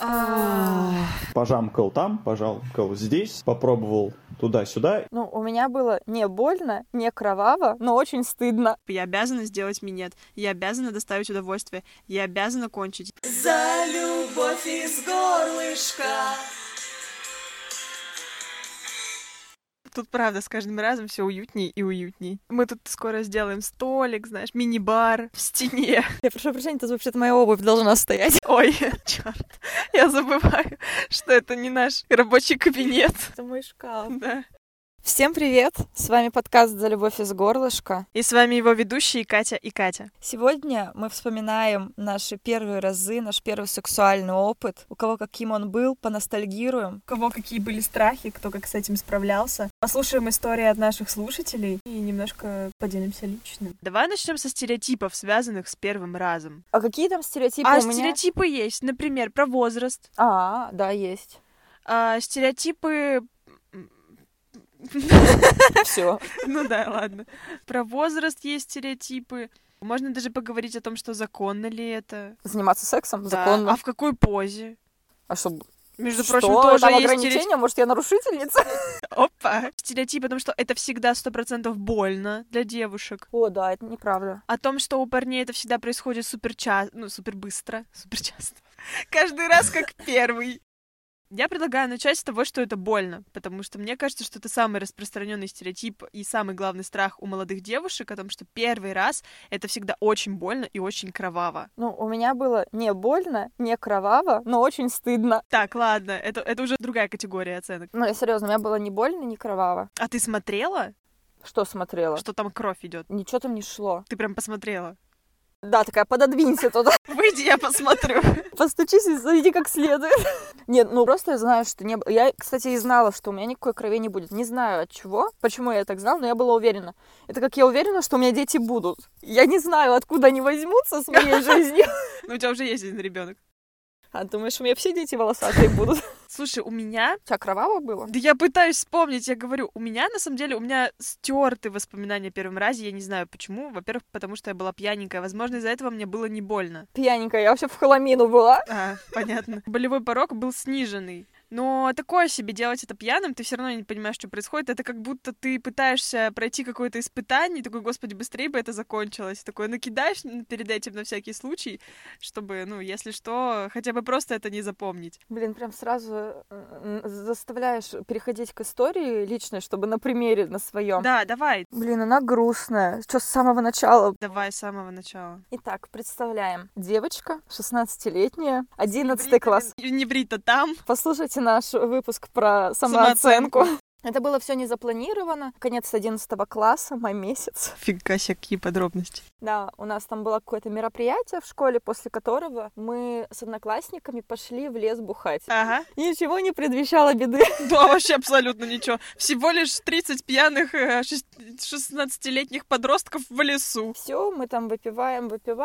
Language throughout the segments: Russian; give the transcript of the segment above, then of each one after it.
Пожамкал там, пожамкал здесь, попробовал туда-сюда. Ну, у меня было не больно, не кроваво, но очень стыдно. Я обязана сделать минет, я обязана доставить удовольствие, я обязана кончить. За любовь из горлышка. Тут, правда, с каждым разом все уютней и уютней. Мы тут скоро сделаем столик, знаешь, мини-бар в стене. Я прошу прощения, тут вообще-то моя обувь должна стоять. Ой, черт, я забываю, что это не наш рабочий кабинет. Это мой шкаф. Да. Всем привет! С вами подкаст «За любовь из горлышка». И с вами его ведущие Катя и Катя. Сегодня мы вспоминаем наши первые разы, наш первый сексуальный опыт. У кого каким он был, поностальгируем. У кого какие были страхи, кто как с этим справлялся. Послушаем истории от наших слушателей и немножко поделимся личным. Давай начнем со стереотипов, связанных с первым разом. А какие там стереотипы у меня? Стереотипы есть, например, про возраст. Да, есть. Стереотипы... Все. Ну да, ладно. Про возраст есть стереотипы. Можно даже поговорить о том, что законно ли это. Заниматься сексом? Да. Законно. А в какой позе? А что? Между Что? прочим, тоже Там есть ограничения? Может, я нарушительница? Опа! Стереотип о том, что это всегда 100% больно для девушек. О, да, это неправда. О том, что у парней это всегда происходит супер быстро, супер часто. Каждый раз как первый. Я предлагаю начать с того, что это больно, потому что мне кажется, что это самый распространенный стереотип и самый главный страх у молодых девушек о том, что первый раз это всегда очень больно и очень кроваво. Ну, у меня было не больно, не кроваво, но очень стыдно. Так, ладно, это уже другая категория оценок. Ну, я серьезно, у меня было не больно, не кроваво. А ты смотрела, Что смотрела? что там кровь идет? Ничего там не шло. Ты прям посмотрела? Да, такая, пододвинься туда. Выйди, я посмотрю. Постучись и зайди как следует. Нет, ну просто я знаю, что не было. Я, кстати, и знала, что у меня никакой крови не будет. Не знаю от чего, почему я так знала, но я была уверена. Это как я уверена, что у меня дети будут. Я не знаю, откуда они возьмутся с моей жизнью. Ну, у тебя уже есть один ребенок. А думаешь, у меня все дети волосатые будут? Слушай, у меня... У тебя кроваво было? Да я пытаюсь вспомнить, я говорю, у меня, на самом деле, стерты воспоминания о первом разе, я не знаю почему. Во-первых, потому что я была пьяненькая, возможно, из-за этого мне было не больно. Пьяненькая, я вообще в хламину была. Понятно. Болевой порог был сниженный. Но такое себе делать это пьяным, ты все равно не понимаешь, что происходит. Это как будто ты пытаешься пройти какое-то испытание, и такой, господи, быстрее бы это закончилось. Такое накидаешь перед этим на всякий случай, чтобы, ну, если что, хотя бы просто это не запомнить. Блин, прям сразу заставляешь переходить к истории личной, чтобы на примере на своем. Да, давай. Блин, она грустная. Что с самого начала? Давай с самого начала. Итак, представляем. Девочка, 16-летняя, 11 класс. Не брита там. Послушайте наш выпуск про самооценку. Это было все не запланировано. Конец 11 класса, май месяц. Фига себе, какие подробности. Да, у нас там было какое-то мероприятие в школе, после которого мы с одноклассниками пошли в лес бухать. Ага. Ничего не предвещало беды. Да, вообще абсолютно ничего. Всего лишь 30 пьяных 16-летних подростков в лесу. Все, мы там выпиваем.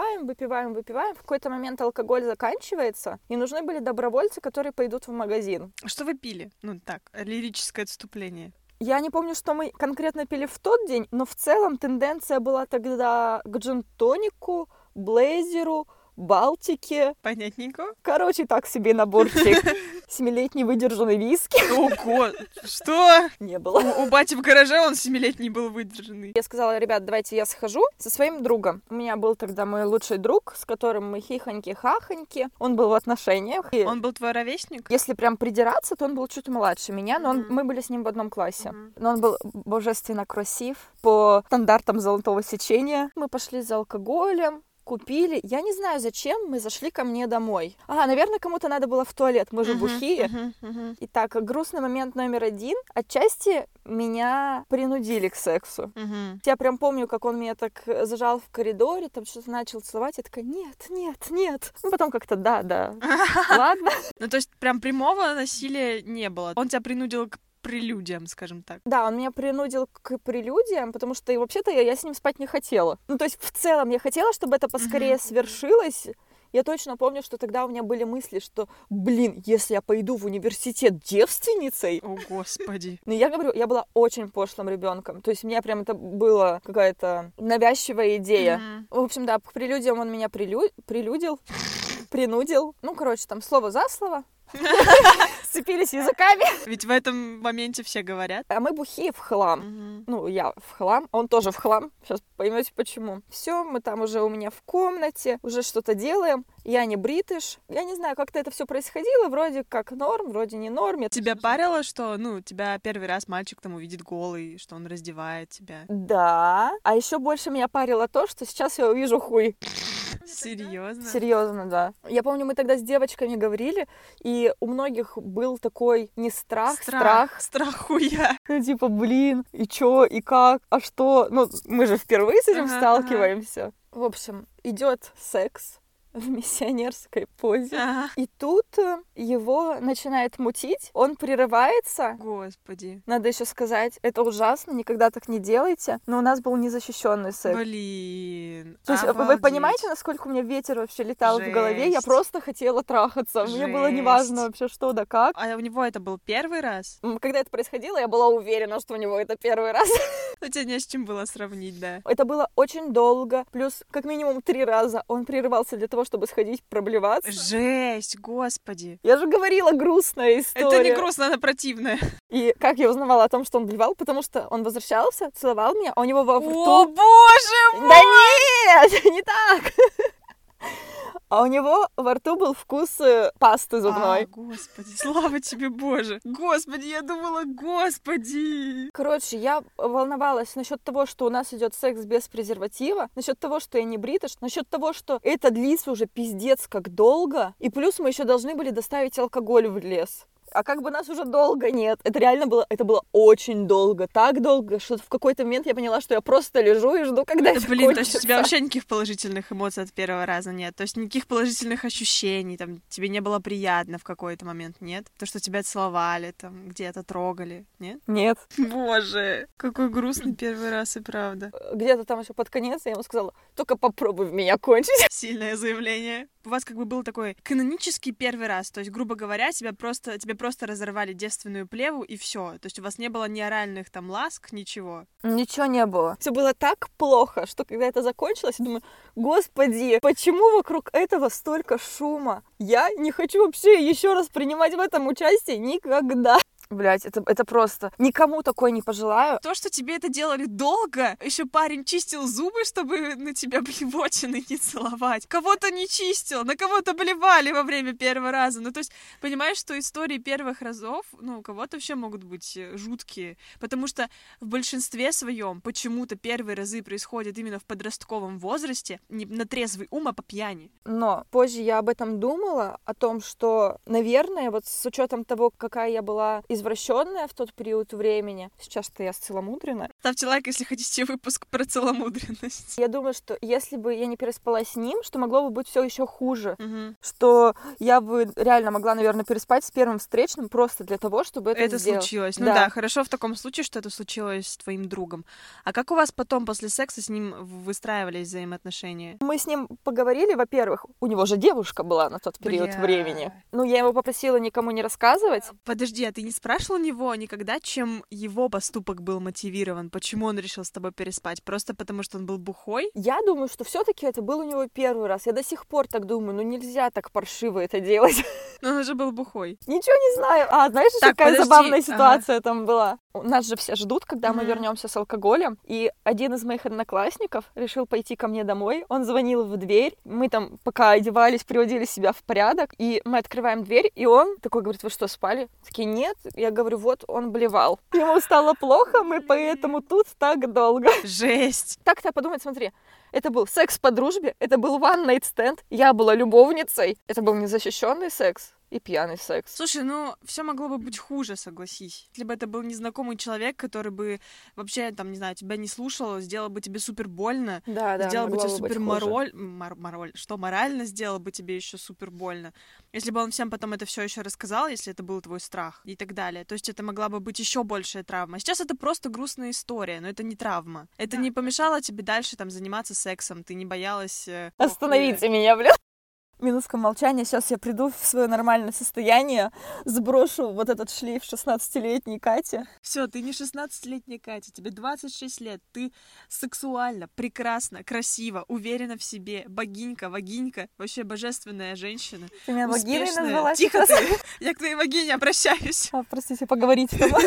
В какой-то момент алкоголь заканчивается, и нужны были добровольцы, которые пойдут в магазин. Что вы пили? Ну так, лирическое отступление. Я не помню, что мы конкретно пили в тот день, но в целом тенденция была тогда к джин-тонику, блейзеру, Балтике. Понятненько. Короче, так себе наборчик. 7-летний выдержанный виски. Ого, что? Не было. У бати в гараже он 7-летний был выдержанный. Я сказала, ребят, давайте я схожу со своим другом. У меня был тогда мой лучший друг, с которым мы хихоньки-хахоньки. Он был в отношениях. Он был твой ровесник? Если прям придираться, то он был чуть младше меня, но мы были с ним в одном классе. Но он был божественно красив по стандартам золотого сечения. Мы пошли за алкоголем. Купили. Я не знаю, зачем мы зашли ко мне домой. Наверное, кому-то надо было в туалет. Мы же бухие. Итак, грустный момент номер 1. Отчасти меня принудили к сексу. Я прям помню, как он меня так зажал в коридоре, там что-то начал целовать. Я такая, нет. Ну, потом как-то, да. Ладно. Ну, то есть прям прямого насилия не было. Он тебя принудил к прелюдиям, скажем так. Да, он меня принудил к прелюдиям, потому что и вообще-то я с ним спать не хотела. Ну, то есть в целом я хотела, чтобы это поскорее свершилось. Я точно помню, что тогда у меня были мысли, что, блин, если я пойду в университет девственницей... О, господи. Ну, я говорю, я была очень пошлым ребенком. То есть мне прям это была какая-то навязчивая идея. В общем, да, к прелюдиям он меня прелюдил. принудил. Ну, короче, там слово за слово. Сцепились языками. Ведь в этом моменте все говорят. А мы бухие в хлам. Мгм. Ну, я в хлам, он тоже в хлам. Сейчас поймете почему. Все, мы там уже у меня в комнате, уже что-то делаем. Я не бритыш. Я не знаю, как-то это все происходило. Вроде как норм, вроде не норм. Тебя парило, что, тебя первый раз мальчик там увидит голый, что он раздевает тебя? Да. А еще больше меня парило то, что сейчас я увижу хуй. Серьезно? Серьезно, да. Я помню, мы тогда с девочками говорили, и у многих был такой не страх. Страх хуя. Ну, типа, блин, и чё, и как, а что? Ну, мы же впервые с этим Ага, сталкиваемся. В общем, идет секс в миссионерской позе. Ага. И тут его начинает мутить, он прерывается. Господи. Надо еще сказать, это ужасно, никогда так не делайте. Но у нас был незащищенный секс. Блин. То есть вы обалдеть. понимаете, насколько у меня ветер вообще летал в голове? Я Жесть. просто хотела трахаться. Мне было неважно Жесть. вообще что да как. А у него это был первый раз? Когда это происходило, я была уверена, что у него это первый раз. У тебя не с чем было сравнить, да. Это было очень долго, плюс как минимум 3 раза он прерывался для того, чтобы сходить проблеваться. Жесть, господи. Я же говорила, грустная история. Это не грустно, она противная. И как я узнавала о том, что он блевал, потому что он возвращался, целовал меня, а у него во О, рту... боже мой! Да нет, не так! А у него во рту был вкус пасты зубной. Господи, слава тебе, Боже. Господи, я думала, господи. Короче, я волновалась насчет того, что у нас идет секс без презерватива, насчет того, что я не бритыш, насчет того, что это длится уже пиздец как долго, и плюс мы еще должны были доставить алкоголь в лес. А как бы нас уже долго нет. Это реально было очень долго. Так долго, что в какой-то момент я поняла, что я просто лежу и жду, когда это Блин, то есть кончится. у тебя вообще никаких положительных эмоций от первого раза нет? То есть никаких положительных ощущений, там, тебе не было приятно в какой-то момент, нет? То, что тебя целовали, там, где-то трогали, нет? Нет. Боже, какой грустный первый раз и правда. Где-то там еще под конец я ему сказала, только попробуй в меня кончить. Сильное заявление. У вас как бы был такой канонический первый раз, то есть, грубо говоря, тебе просто разорвали девственную плеву и все. То есть у вас не было ни оральных там ласк, ничего. Ничего не было. Все было так плохо, что когда это закончилось, я думаю, господи, почему вокруг этого столько шума? Я не хочу вообще еще раз принимать в этом участие никогда. Блять, это просто никому такое не пожелаю. То, что тебе это делали долго, еще парень чистил зубы, чтобы на тебя блевотины не целовать. Кого-то не чистил, на кого-то блевали во время первого раза. Ну, то есть, понимаешь, что истории первых разов, у кого-то вообще могут быть жуткие. Потому что в большинстве своем почему-то первые разы происходят именно в подростковом возрасте, не на трезвый ум, а по пьяни. Но позже я об этом думала, о том, что, наверное, вот с учетом того, какая я была извращенная в тот период времени. Сейчас-то я целомудренная. Ставьте лайк, если хотите выпуск про целомудренность. Я думаю, что если бы я не переспала с ним, что могло бы быть все еще хуже. Угу. Что я бы реально могла, наверное, переспать с первым встречным просто для того, чтобы это сделать. Случилось. Ну да, хорошо в таком случае, что это случилось с твоим другом. А как у вас потом после секса с ним выстраивались взаимоотношения? Мы с ним поговорили, во-первых, у него же девушка была на тот период времени. Ну, я его попросила никому не рассказывать. Подожди, а ты не спрашивал него никогда, чем его поступок был мотивирован? Почему он решил с тобой переспать? Просто потому, что он был бухой? Я думаю, что все-таки это был у него первый раз. Я до сих пор так думаю, нельзя так паршиво это делать. Но он уже был бухой. Ничего не знаю. А, знаешь, какая забавная ситуация там была? Нас же все ждут, когда мы вернемся с алкоголем. И один из моих одноклассников решил пойти ко мне домой. Он звонил в дверь. Мы там пока одевались, приводили себя в порядок. И мы открываем дверь, и он такой говорит: вы что, спали? Такие: нет. Я говорю: вот, он блевал. Ему стало плохо, мы поэтому тут так долго. Жесть. Так-то подумать, смотри. Это был секс по дружбе, это был one night stand, я была любовницей. Это был незащищенный секс и пьяный секс. Слушай, все могло бы быть хуже, согласись. Если бы это был незнакомый человек, который бы вообще, там, не знаю, тебя не слушал, сделал бы тебе супер больно, сделал бы тебе супер морально сделал бы тебе еще супер больно. Если бы он всем потом это все еще рассказал, если это был твой страх и так далее, то есть это могла бы быть еще большая травма. Сейчас это просто грустная история, но это не травма. Это не помешало тебе дальше там заниматься сексом, ты не боялась... Остановите меня, блин. Минутка молчания. Сейчас я приду в свое нормальное состояние, сброшу вот этот шлейф 16-летней Кати. Все, ты не 16-летняя Катя, тебе 26 лет, ты сексуально, прекрасно, красиво, уверена в себе, богинька, вагинька, вообще божественная женщина. Ты меня вагиной успешная. назвала Тихо сейчас? ты! Я к твоей вагине обращаюсь. Простите, поговорите там.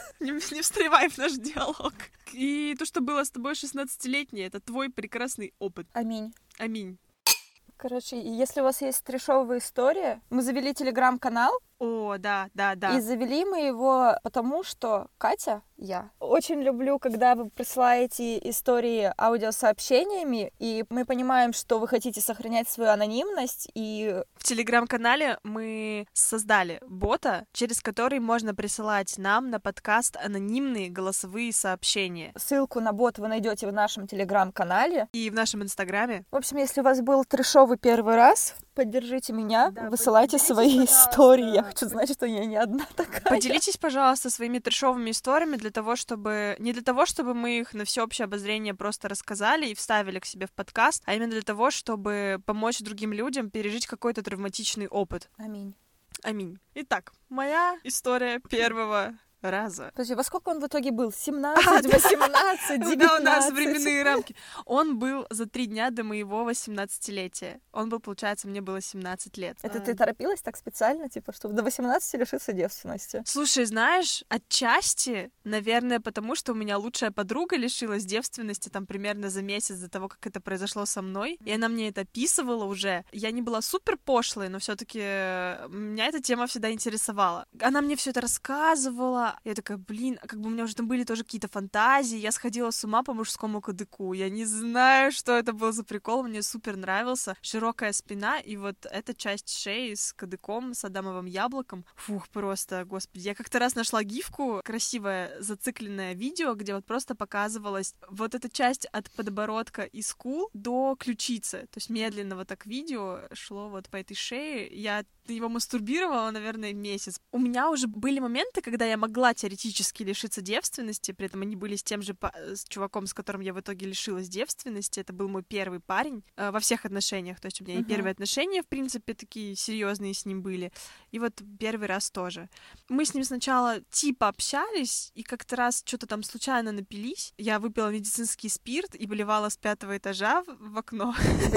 Не встревай в наш диалог. И то, что было с тобой 16-летней, это твой прекрасный опыт. Аминь. Аминь. Короче, если у вас есть трешовая история, мы завели телеграм-канал, О, да. и завели мы его потому, что Катя, я, очень люблю, когда вы присылаете истории аудиосообщениями, и мы понимаем, что вы хотите сохранять свою анонимность, и... В телеграм-канале мы создали бота, через который можно присылать нам на подкаст анонимные голосовые сообщения. Ссылку на бот вы найдете в нашем телеграм-канале. И в нашем инстаграме. В общем, если у вас был трешовый первый раз, поддержите меня, Да, высылайте поделитесь, свои пожалуйста. истории. Я хочу знать, что я не одна такая. Поделитесь, пожалуйста, своими трешовыми историями для того, чтобы... Не для того, чтобы мы их на всеобщее обозрение просто рассказали и вставили к себе в подкаст, а именно для того, чтобы помочь другим людям пережить какой-то травматичный опыт. Аминь. Аминь. Итак, моя история первого раза. Подожди, во сколько он в итоге был? 17, 18, 19? Да, у нас временные рамки. Он был за 3 дня до моего 18-летия. Он был, получается, мне было 17 лет. Это ты торопилась так специально, типа, чтобы до 18 лишиться девственности? Слушай, знаешь, отчасти, наверное, потому что у меня лучшая подруга лишилась девственности там примерно за месяц до того, как это произошло со мной, и она мне это описывала уже. Я не была супер пошлой, но все-таки меня эта тема всегда интересовала. Она мне все это рассказывала. Я такая, блин, как бы у меня уже там были тоже какие-то фантазии, я сходила с ума по мужскому кадыку, я не знаю, что это был за прикол, мне супер нравился, широкая спина, и вот эта часть шеи с кадыком, с адамовым яблоком, фух, просто, господи, я как-то раз нашла гифку, красивое зацикленное видео, где вот просто показывалась вот эта часть от подбородка и скул до ключицы, то есть медленно вот так видео шло вот по этой шее, я его мастурбировала, наверное, месяц. У меня уже были моменты, когда я могла теоретически лишиться девственности, при этом они были с тем же с чуваком, с которым я в итоге лишилась девственности. Это был мой первый парень во всех отношениях. То есть у меня и первые отношения, в принципе, такие серьезные с ним были. И вот первый раз тоже. Мы с ним сначала типа общались, и как-то раз что-то там случайно напились. Я выпила медицинский спирт и выливала с 5-го этажа в окно.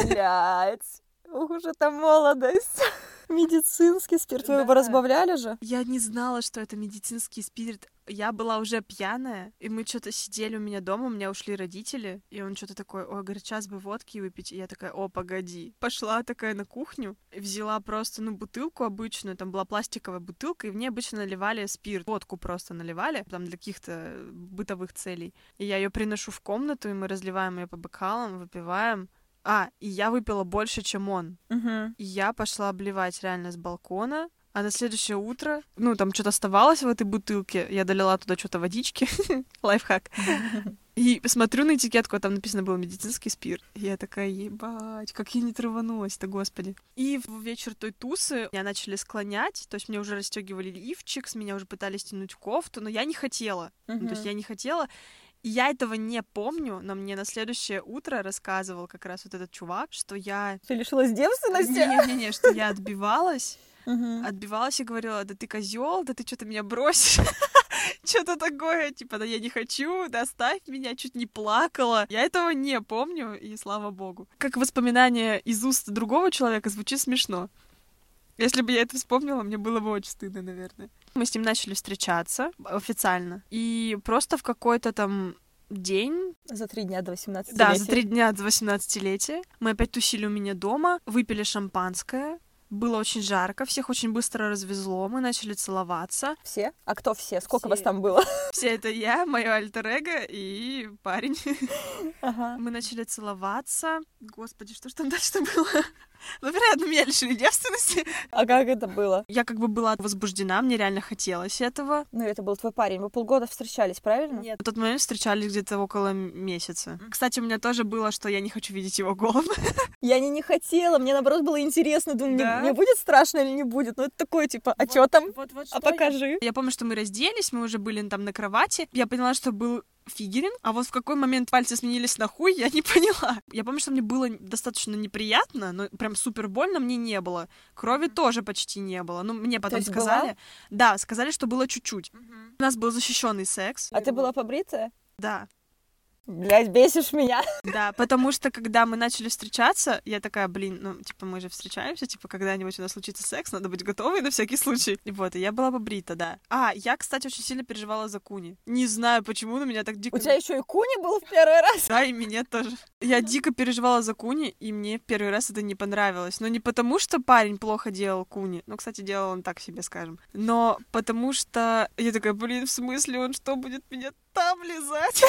Блять. Уже там молодость. Медицинский спирт. Вы его разбавляли же? Я не знала, что это медицинский спирт. Я была уже пьяная, и мы что-то сидели у меня дома, у меня ушли родители, и он что-то такой, ой, говорит, сейчас бы водки выпить. И я такая, о, погоди. Пошла такая на кухню, взяла просто, бутылку обычную, там была пластиковая бутылка, и в ней обычно наливали спирт. Водку просто наливали, там для каких-то бытовых целей. И я ее приношу в комнату, и мы разливаем ее по бокалам, выпиваем. И я выпила больше, чем он. И я пошла обливать реально с балкона. А на следующее утро, там что-то оставалось в этой бутылке. Я долила туда что-то водички. Лайфхак. И смотрю на этикетку, а там написано было медицинский спирт. И я такая, ебать, как я не траванулась-то, господи. И в вечер той тусы меня начали склонять, то есть мне уже расстегивали лифчик, с меня уже пытались тянуть кофту, но я не хотела. То есть я не хотела. И я этого не помню, но мне на следующее утро рассказывал как раз вот этот чувак, что я... Ты лишилась девственности? Не-не-не, что я отбивалась. Отбивалась и говорила, да ты козел, да ты что-то меня бросишь. Что-то такое, типа, да я не хочу, да оставь меня, чуть не плакала. Я этого не помню, и слава богу. Как воспоминание из уст другого человека звучит смешно. Если бы я это вспомнила, мне было бы очень стыдно, наверное. Мы с ним начали встречаться официально. И просто в какой-то там день... За 3 дня до 18-летия. Да, за 3 дня до 18-летия. Мы опять тусили у меня дома, выпили шампанское. Было очень жарко, всех очень быстро развезло, мы начали целоваться. Все? А кто все? Сколько вас там было? Все это я, моё альтер-эго и парень. Мы начали целоваться. Господи, что ж там дальше было? Вероятно, меня лишили девственности. А как это было? Я как бы была возбуждена, мне реально хотелось этого. Это был твой парень. Вы полгода встречались, правильно? Нет. В тот момент встречались где-то около месяца. Кстати, у меня тоже было, что я не хочу видеть его голым. Я не хотела, мне наоборот было интересно. Думаю, Да? мне будет страшно или не будет? Это такое, типа, а чё там? Вот А покажи. Я помню, что мы разделись, мы уже были там на кровати. Я поняла, что был фигеринг, а вот в какой момент пальцы сменились на хуй, я не поняла. Я помню, что мне было достаточно неприятно, но прям супер больно мне не было. Крови тоже почти не было. Ну, мне потом сказали... Была? Да, сказали, что было чуть-чуть. У нас был защищенный секс. А ты была побритая? Да. Блядь, бесишь меня. Да, потому что, когда мы начали встречаться, я такая, блин, ну, типа, мы же встречаемся, типа, когда-нибудь у нас случится секс, надо быть готовой на всякий случай. И вот, и я была побрита, да. А, я, кстати, очень сильно переживала за Куни. Не знаю, почему, но меня так дико... У тебя еще и Куни был в первый раз? Да, и мне тоже. Я дико переживала за Куни, и мне в первый раз это не понравилось. Но не потому, что парень плохо делал Куни. Ну, кстати, делал он так себе, скажем. Но потому что я такая, блин, в смысле, он что, будет меня там лизать?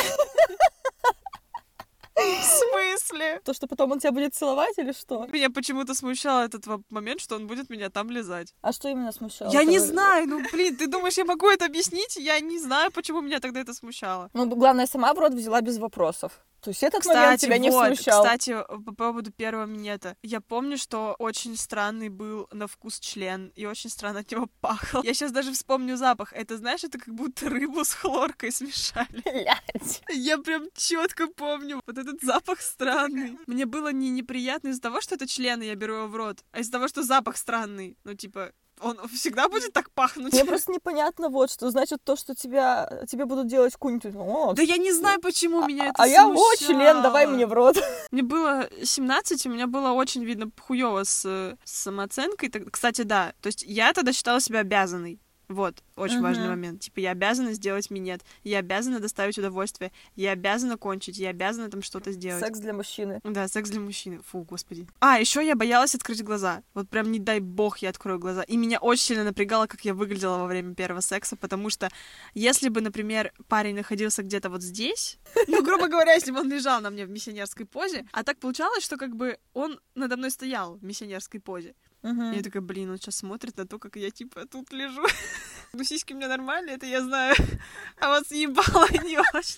В смысле? То, что потом он тебя будет целовать или что? Меня почему-то смущал этот момент, что он будет меня там лизать. А что именно смущало? Я не знаю, ну, блин, ты думаешь, я могу это объяснить? Я не знаю, почему меня тогда это смущало. Ну, главное, сама в рот взяла без вопросов. То есть этот момент тебя не смущал. Кстати, по поводу первого минета. Я помню, что очень странный был на вкус член, и очень странно от него пахло. Я сейчас даже вспомню запах. Это, знаешь, это как будто рыбу с хлоркой смешали. Блядь. Я прям четко помню. Вот этот запах странный. Мне было не неприятно из-за того, что это член, и я беру его в рот, а из-за того, что запах странный. Ну, типа, он всегда будет так пахнуть? Мне просто непонятно вот что. Значит, то, что тебе будут делать Куни, ты думаешь, Да я не знаю, почему меня это а я смущало. вот член, давай мне в рот. Мне было 17, у меня было очень, видно, хуёво с самооценкой. Кстати, да, то есть я тогда считала себя обязанной. Вот, очень важный момент. Типа, я обязана сделать минет, я обязана доставить удовольствие, я обязана кончить, я обязана там что-то сделать. Секс для мужчины. Да, секс для мужчины. Фу, господи. А, еще я боялась открыть глаза. Вот прям не дай бог я открою глаза. И меня очень сильно напрягало, как я выглядела во время первого секса, потому что если бы, например, парень находился где-то вот здесь, ну, грубо говоря, если бы он лежал на мне в миссионерской позе, а так получалось, что как бы он надо мной стоял в миссионерской позе. Угу. Я такая, блин, он сейчас смотрит на то, как я, типа, тут лежу. Ну, сиськи у меня нормальные, это я знаю. А вот съебало не очень.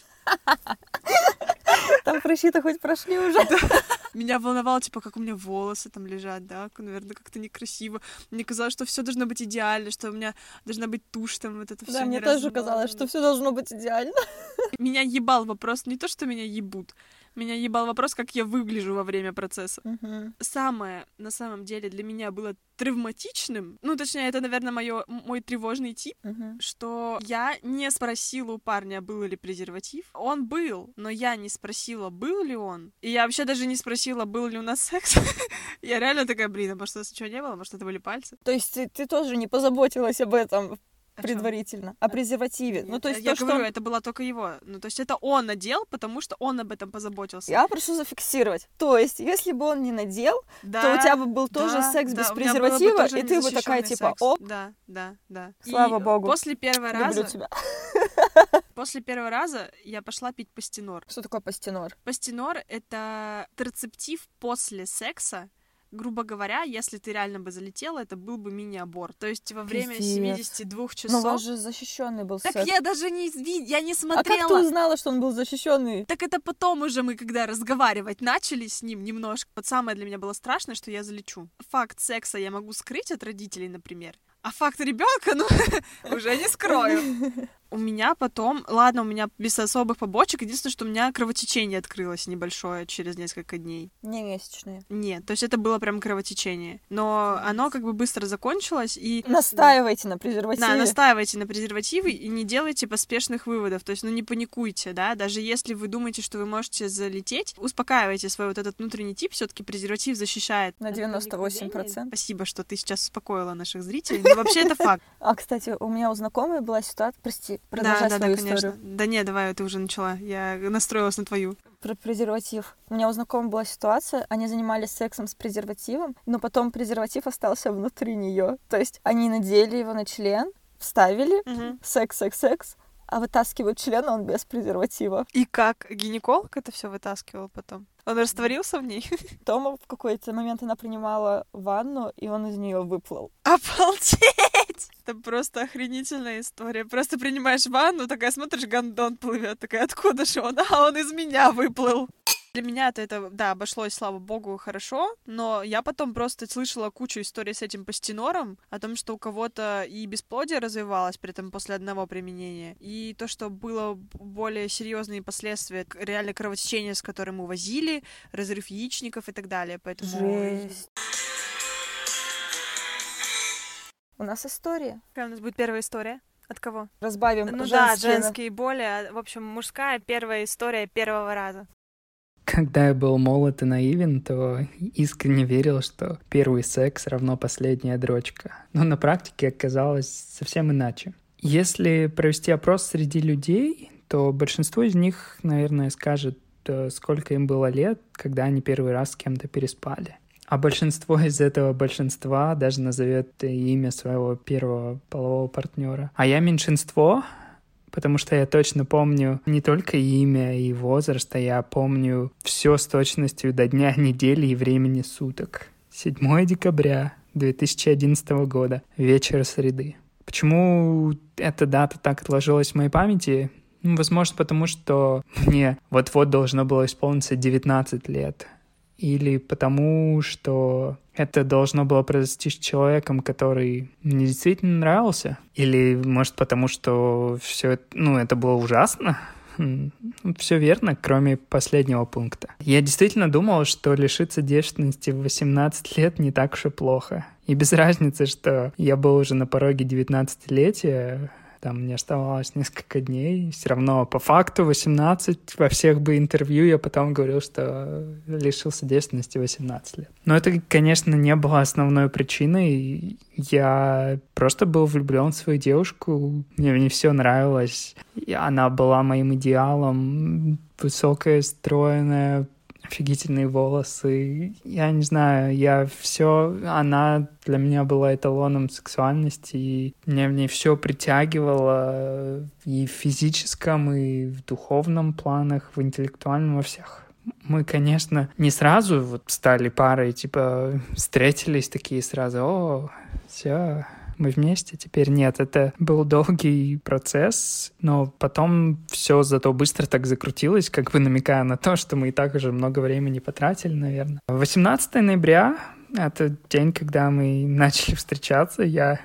Там прыщи-то хоть прошли уже. Меня волновало, типа, как у меня волосы там лежат, да, наверное, как-то некрасиво. Мне казалось, что все должно быть идеально, что у меня должна быть тушь там, вот это все. Да, мне тоже казалось, что все должно быть идеально. Меня ебал вопрос, не то, что меня ебут, меня ебал вопрос, как я выгляжу во время процесса. Самое, на самом деле, для меня было травматичным, ну, точнее, это, наверное, мой тревожный тип, что я не спросила у парня, был ли презерватив. Он был, но я не спросила, был ли он. И я вообще даже не спросила, был ли у нас секс. Я реально такая, блин, а может, у нас ничего не было? Может, это были пальцы? То есть ты тоже не позаботилась об этом предварительно? О презервативе? Нет, ну, то есть я то, говорю, что... это была только его. Ну, то есть это он надел, потому что он об этом позаботился. Я прошу зафиксировать. То есть, если бы он не надел, то у тебя бы был тоже секс без презерватива, и ты бы такая, типа, оп. Да. Слава богу. После первого раза... Люблю тебя. После первого раза я пошла пить пастенор. Что такое пастенор? Пастенор — это контрацептив после секса. Грубо говоря, если ты реально бы залетела, это был бы мини-аборт. То есть во время 72 часов... Но у вас же защищенный был секс. Так я даже не смотрела. А как ты узнала, что он был защищенный? Так это потом уже мы, когда разговаривать начали с ним немножко. Вот самое для меня было страшное, что я залечу. Факт секса я могу скрыть от родителей, например. А факт ребенка, ну, уже не скрою. У меня потом, ладно, у меня без особых побочек, единственное, что у меня кровотечение открылось небольшое через несколько дней. Не месячные. Нет, то есть это было прям кровотечение. Но оно как бы быстро закончилось, и... Настаивайте на презервативе. Да, настаивайте на презервативе и не делайте поспешных выводов. То есть, ну, не паникуйте, да, даже если вы думаете, что вы можете залететь, успокаивайте свой вот этот внутренний тип, все-таки презерватив защищает. На 98%. Спасибо, что ты сейчас успокоила наших зрителей. Но вообще это факт. А, кстати, у меня у знакомой была ситуация... Прости, продолжай свою историю. Конечно. Да не, давай, ты уже начала. Я настроилась на твою. Про презерватив. У меня у знакомой была ситуация, они занимались сексом с презервативом, но потом презерватив остался внутри нее. То есть они надели его на член, вставили, секс, а вытаскивают член, а он без презерватива. И как? Гинеколог это все вытаскивал потом? Он растворился в ней? Потом в какой-то момент она принимала ванну, и он из нее выплыл. Обалдеть! Это просто охренительная история. Просто принимаешь ванну, такая смотришь, гондон плывет, такая, откуда же он? А он из меня выплыл. Для меня-то это, да, обошлось, слава богу, хорошо, но я потом просто слышала кучу историй с этим пастенором, о том, что у кого-то и бесплодие развивалось при этом после одного применения, и то, что было более серьезные последствия, реально кровотечение, с которым увозили, разрыв яичников и так далее, поэтому... Жесть. У нас история. Какая у нас будет первая история? От кого? Разбавим Ну да, женские. женские боли, в общем, мужская первая история первого раза. Когда я был молод и наивен, то искренне верил, что первый секс равно последняя дрочка. Но на практике оказалось совсем иначе. Если провести опрос среди людей, то большинство из них, наверное, скажет, сколько им было лет, когда они первый раз с кем-то переспали. А большинство из этого большинства даже назовет имя своего первого полового партнера. А я меньшинство, потому что я точно помню не только имя и возраст, а я помню все с точностью до дня, недели и времени суток. 7 декабря 2011 года, вечер среды. Почему эта дата так отложилась в моей памяти? Возможно, потому что мне вот-вот должно было исполниться 19 лет. Или потому, что это должно было произойти с человеком, который мне действительно нравился. Или, может, потому что все это было ужасно. Все верно, кроме последнего пункта. Я действительно думал, что лишиться девственности в 18 лет не так уж и плохо. И без разницы, что я был уже на пороге 19-летия, там мне оставалось несколько дней, все равно по факту 18, во всех бы интервью я потом говорил, что лишился девственности 18 лет. Но это, конечно, не было основной причиной. Я просто был влюблен в свою девушку, мне все нравилось. И она была моим идеалом, высокая, стройная, офигительные волосы. Я не знаю, она для меня была эталоном сексуальности, и меня в ней все притягивало и в физическом, и в духовном планах, в интеллектуальном, во всех. Мы, конечно, не сразу стали парой, встретились такие сразу, все, мы вместе, теперь нет. Это был долгий процесс, но потом все зато быстро так закрутилось, как бы намекая на то, что мы и так уже много времени потратили, наверное. 18 ноября — это день, когда мы начали встречаться.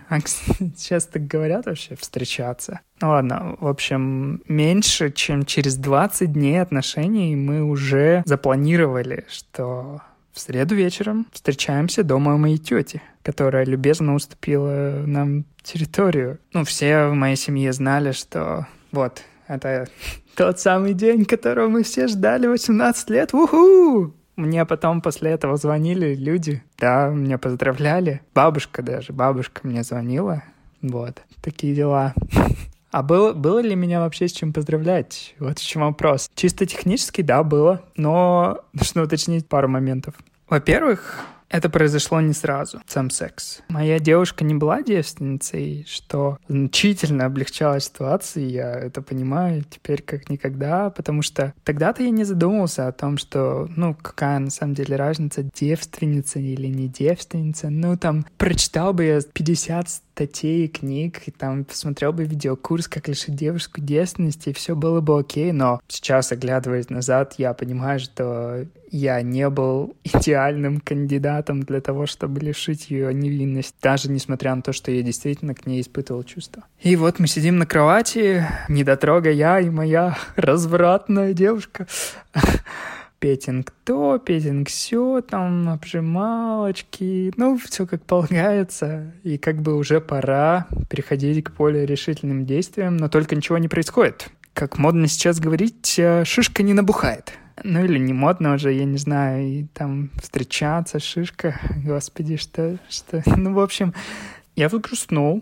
Сейчас так говорят вообще, встречаться. Ну ладно, в общем, меньше, чем через 20 дней отношений мы уже запланировали, что в среду вечером встречаемся дома у моей тети, которая любезно уступила нам территорию. Все в моей семье знали, что вот, это тот самый день, которого мы все ждали 18 лет. Уху! Мне потом после этого звонили люди. Да, меня поздравляли. Бабушка мне звонила. Вот, такие дела. А было ли меня вообще с чем поздравлять? Вот в чем вопрос. Чисто технически, да, было. Но нужно уточнить пару моментов. Во-первых, это произошло не сразу, сам секс. Моя девушка не была девственницей, что значительно облегчало ситуацию, я это понимаю теперь как никогда, потому что тогда-то я не задумывался о том, что, какая на самом деле разница, девственница или не девственница. Прочитал бы я 50 статей и книг, и посмотрел бы видеокурс, как лишить девушку девственности, и все было бы окей, но сейчас, оглядываясь назад, я понимаю, что я не был идеальным кандидатом для того, чтобы лишить ее невинности, даже несмотря на то, что я действительно к ней испытывал чувства. И вот мы сидим на кровати, недотрога я и моя развратная девушка. Петинг то, петинг сё, обжималочки, все как полагается. И как бы уже пора переходить к более решительным действиям, но только ничего не происходит. Как модно сейчас говорить, шишка не набухает. Или не модно уже, я не знаю, и встречаться, шишка, господи, что. В общем, я взгрустнул.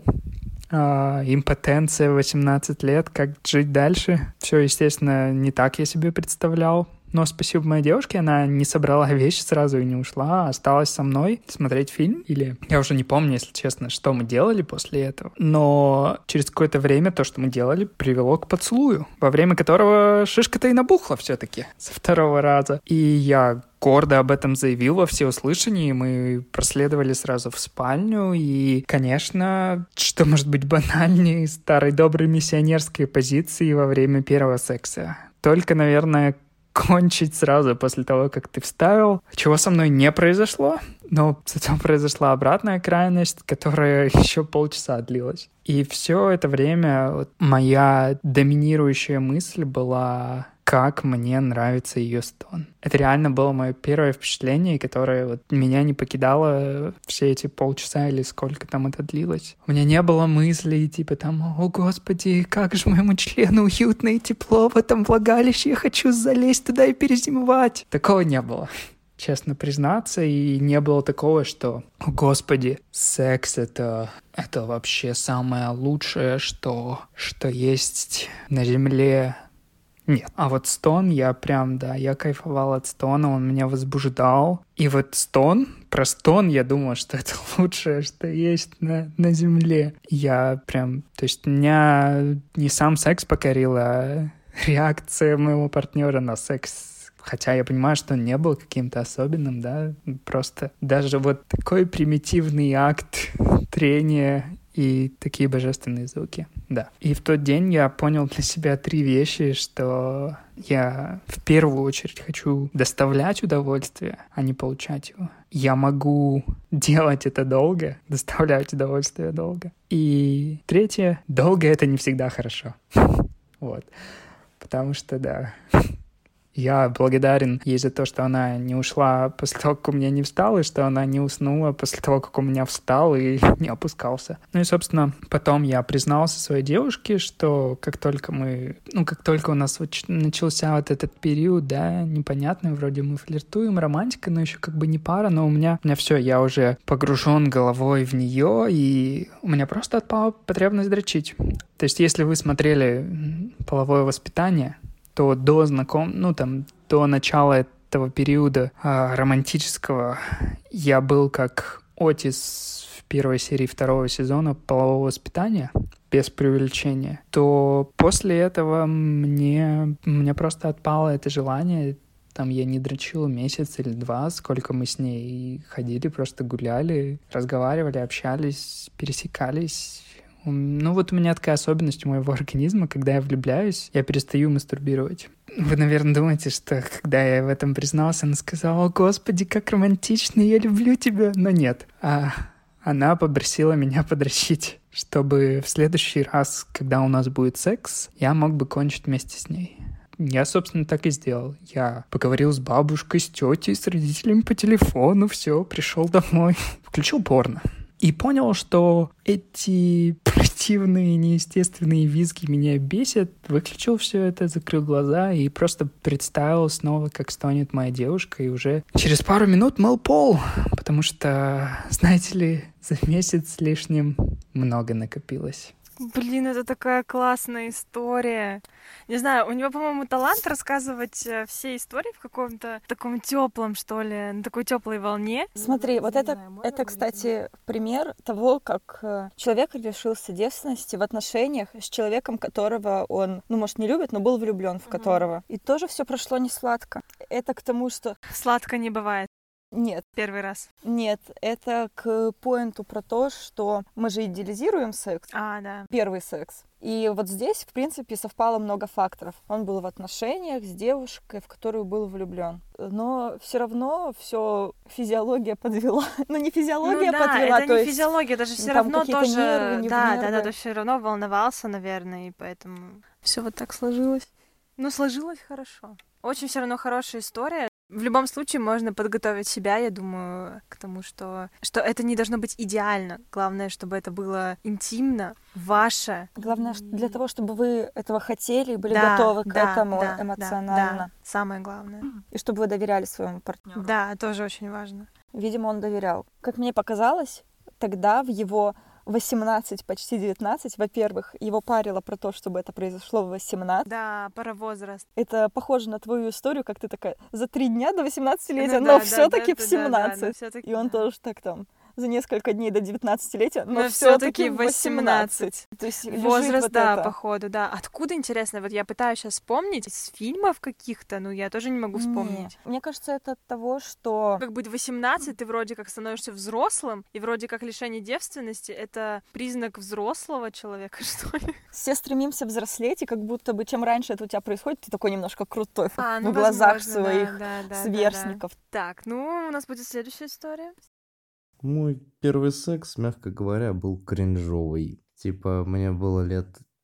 Импотенция, 18 лет, как жить дальше. Все, естественно, не так я себе представлял. Но спасибо моей девушке, она не собрала вещи сразу и не ушла, а осталась со мной смотреть фильм. Или я уже не помню, если честно, что мы делали после этого. Но через какое-то время то, что мы делали, привело к поцелую, во время которого шишка-то и набухла все-таки со второго раза. И я гордо об этом заявил во всеуслышании. Мы проследовали сразу в спальню. И, конечно, что может быть банальнее старой доброй миссионерской позиции во время первого секса? Только, наверное, кончить сразу после того, как ты вставил, чего со мной не произошло, но затем произошла обратная крайность, которая еще полчаса длилась. И все это время вот моя доминирующая мысль была, как мне нравится ее стон. Это реально было мое первое впечатление, которое вот меня не покидало все эти полчаса или сколько там это длилось. У меня не было мыслей типа там: «О, Господи, как же моему члену уютно и тепло в этом влагалище, я хочу залезть туда и перезимовать». Такого не было. Честно признаться, и не было такого, что, о господи, секс это вообще самое лучшее, что есть на земле. Нет. А вот стон, я кайфовал от стона, он меня возбуждал. И вот про стон я думал, что это лучшее, что есть на земле. То есть меня не сам секс покорил, а реакция моего партнера на секс. Хотя я понимаю, что он не был каким-то особенным, да, просто даже вот такой примитивный акт трения и такие божественные звуки, да. И в тот день я понял для себя 3 вещи, что я в первую очередь хочу доставлять удовольствие, а не получать его. Я могу делать это долго, доставлять удовольствие долго. И 3, долго — это не всегда хорошо. Вот. Потому что, да... Я благодарен ей за то, что она не ушла после того, как у меня не встал, и что она не уснула после того, как у меня встал и не опускался. Ну и, собственно, потом я признался своей девушке, что как только у нас начался вот этот период, да, непонятный, вроде мы флиртуем, романтика, но еще как бы не пара, но у меня все, я уже погружен головой в нее, и у меня просто отпала потребность дрочить. То есть, если вы смотрели «Половое воспитание», то до начала этого периода романтического я был как Отис в первой серии 2 сезона «Полового воспитания», без преувеличения, то после этого мне просто отпало это желание. Там я не дрочил месяц или 2, сколько мы с ней ходили, просто гуляли, разговаривали, общались, пересекались. Ну вот у меня такая особенность у моего организма, когда я влюбляюсь, я перестаю мастурбировать. Вы, наверное, думаете, что когда я в этом признался, она сказала: «О, Господи, как романтично, я люблю тебя». Но нет. Она попросила меня подрочить, чтобы в следующий раз, когда у нас будет секс, я мог бы кончить вместе с ней. Я, собственно, так и сделал. Я поговорил с бабушкой, с тетей, с родителями по телефону, все, пришел домой, включил порно. И понял, что эти противные, неестественные визги меня бесят. Выключил все это, закрыл глаза и просто представил снова, как стонет моя девушка. И уже через пару минут мыл пол. Потому что, знаете ли, за месяц с лишним много накопилось. Блин, это такая классная история. Не знаю, у него, по-моему, талант рассказывать все истории в каком-то таком теплом, что ли, на такой теплой волне. Смотри, вот это, кстати, пример того, как человек лишился девственности в отношениях с человеком, которого он, может, не любит, но был влюблен в которого. И тоже все прошло не сладко. Это к тому, что... Сладко не бывает. Нет. Первый раз. Нет, это к поинту про то, что мы же идеализируем секс. Да. Первый секс. И вот здесь, в принципе, совпало много факторов. Он был в отношениях с девушкой, в которую был влюблен. Но все равно все физиология подвела. Не физиология подвела, это то не есть физиология, даже все равно тоже. Нервы, Да, то все равно волновался, наверное, и поэтому все вот так сложилось. Сложилось хорошо. Очень все равно хорошая история. В любом случае можно подготовить себя, я думаю, к тому, что это не должно быть идеально. Главное, чтобы это было интимно, ваше. Главное, для того, чтобы вы этого хотели и были готовы к этому эмоционально. Да. Самое главное. И чтобы вы доверяли своему партнеру. Да, тоже очень важно. Видимо, он доверял. Как мне показалось, тогда в его 18, почти 19, во-первых, его парило про то, чтобы это произошло в 18. Да, про возраст. Это похоже на твою историю, как ты такая за 3 дня до 18-летия, но все-таки в 17. И он тоже так там за несколько дней до 19-летия, но все-таки все-таки 18. То есть лежит Возраст, вот да, это. походу, да. Откуда, интересно, вот я пытаюсь сейчас вспомнить из фильмов каких-то, ну, я тоже не могу вспомнить. Не. Мне кажется, это от того, что... Как быть 18, ты вроде как становишься взрослым, и вроде как лишение девственности — это признак взрослого человека, что ли? Все стремимся взрослеть, и как будто бы чем раньше это у тебя происходит, ты такой немножко крутой Ну, в глазах возможно, своих да, сверстников. Так, ну, у нас будет следующая история. Мой первый секс, мягко говоря, был кринжовый. Типа, мне было лет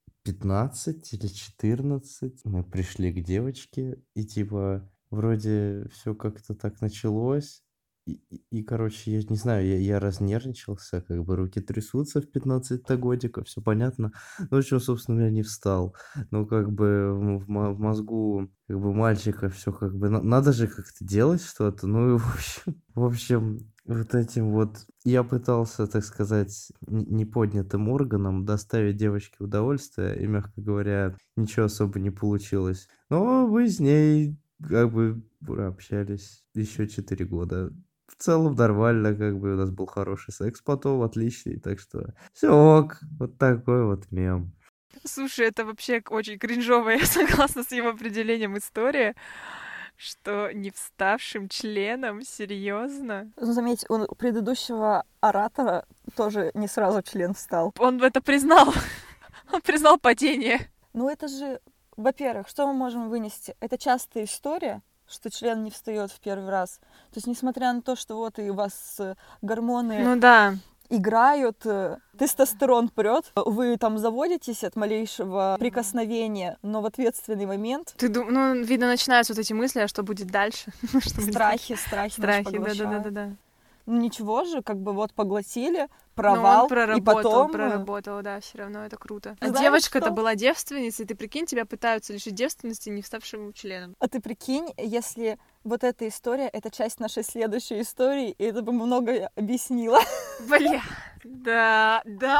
15 или 14. Мы пришли к девочке, и типа, вроде все как-то так началось. Короче, я не знаю, я разнервничался, как бы руки трясутся в 15 годика, все понятно. Ну, что, собственно, я не встал. Ну, как бы в мозгу как бы мальчика все как бы... Надо же как-то делать что-то. Ну, и в общем, вот этим вот я пытался, так сказать, неподнятым органом доставить девочке удовольствие, и, мягко говоря, ничего особо не получилось. Но мы с ней как бы общались еще 4 года. В целом нормально, как бы у нас был хороший секс потом, отличный, так что все ок, вот такой вот мем. Слушай, это вообще очень кринжовая, я согласна с его определением история, что не вставшим членом, серьезно. Ну, заметь, у предыдущего оратора тоже не сразу член встал. Он это признал. Он признал падение. Ну, это же, во-первых, что мы можем вынести? Это частая история, что член не встает в первый раз. То есть, несмотря на то, что вот и у вас гормоны Ну да. играют, тестостерон прет, вы там заводитесь от малейшего прикосновения, но в ответственный момент Ну, видно, начинаются вот эти мысли, а что будет дальше? страхи нас поглощают. Да. Ну ничего же, как бы вот поглотили, Но провал, он и потом... проработал, да, все равно это круто. А Знаешь девочка-то что? была девственницей, ты прикинь, тебя пытаются лишить девственности не вставшим членом. А ты прикинь, если вот эта история, это часть нашей следующей истории, и это бы многое объяснило. Бля, да.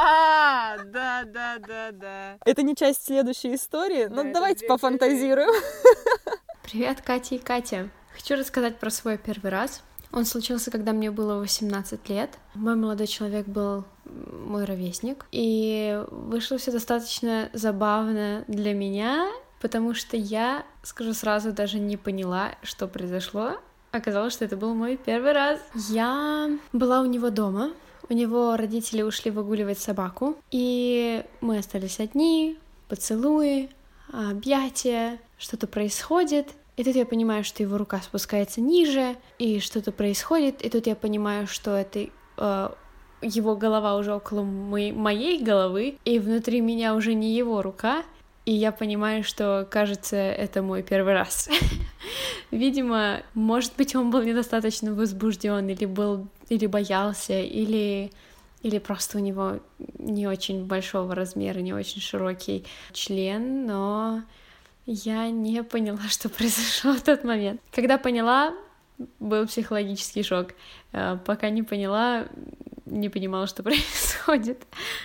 Это не часть следующей истории, но это давайте две пофантазируем. Привет, Катя и Катя. Хочу рассказать про свой первый раз. Он случился, когда мне было 18 лет. Мой молодой человек был мой ровесник. И вышло все достаточно забавно для меня, потому что я, скажу сразу, даже не поняла, что произошло. Оказалось, что это был мой первый раз. Я была у него дома. У него родители ушли выгуливать собаку. И мы остались одни, поцелуи, объятия. Что-то происходит. И тут я понимаю, что его рука спускается ниже, и что-то происходит, и тут я понимаю, что это его голова уже около моей головы, и внутри меня уже не его рука, и я понимаю, что, кажется, это мой первый раз. Видимо, может быть, он был недостаточно возбужден, или боялся, или просто у него не очень большого размера, не очень широкий член, но... Я не поняла, что произошло в тот момент. Когда поняла, был психологический шок. Пока не поняла, не понимала, что происходит.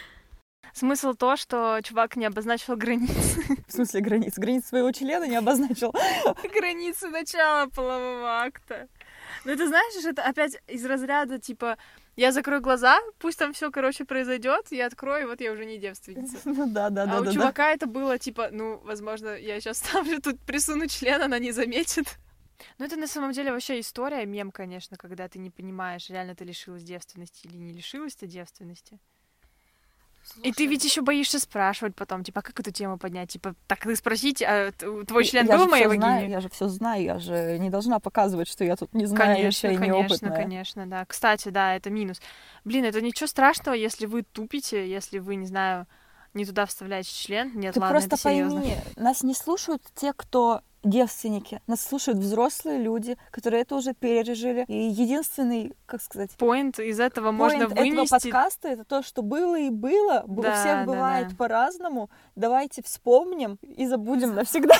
Смысл то, что чувак не обозначил границы. В смысле границ? Границ своего члена не обозначил. Границы начала полового акта. Ну, это, знаешь, это опять из разряда, типа, я закрою глаза, пусть там все, короче, произойдет, я открою, и вот я уже не девственница. Ну да. А у чувака это было, типа, ну, возможно, я сейчас ставлю тут, присуну член, она не заметит. Ну, это на самом деле вообще история, мем, конечно, когда ты не понимаешь, реально ты лишилась девственности или не лишилась ты девственности. Слушай, и ты ведь еще боишься спрашивать потом, типа, как эту тему поднять? Типа, так вы спросите, а твой член был в моей вагине? Я же все знаю, я же не должна показывать, что я тут не знаю, еще и неопытная. Конечно, да. Кстати, да, это минус. Блин, это ничего страшного, если вы тупите, если вы, не знаю, не туда вставляете член. Нет, ты ладно, просто это серьезно. пойми, нас не слушают те, кто девственники. Нас слушают взрослые люди, которые это уже пережили. И единственный, как сказать... Поинт из этого можно вынести... этого подкаста — это то, что было и было. У всех бывает по-разному. Давайте вспомним и забудем навсегда.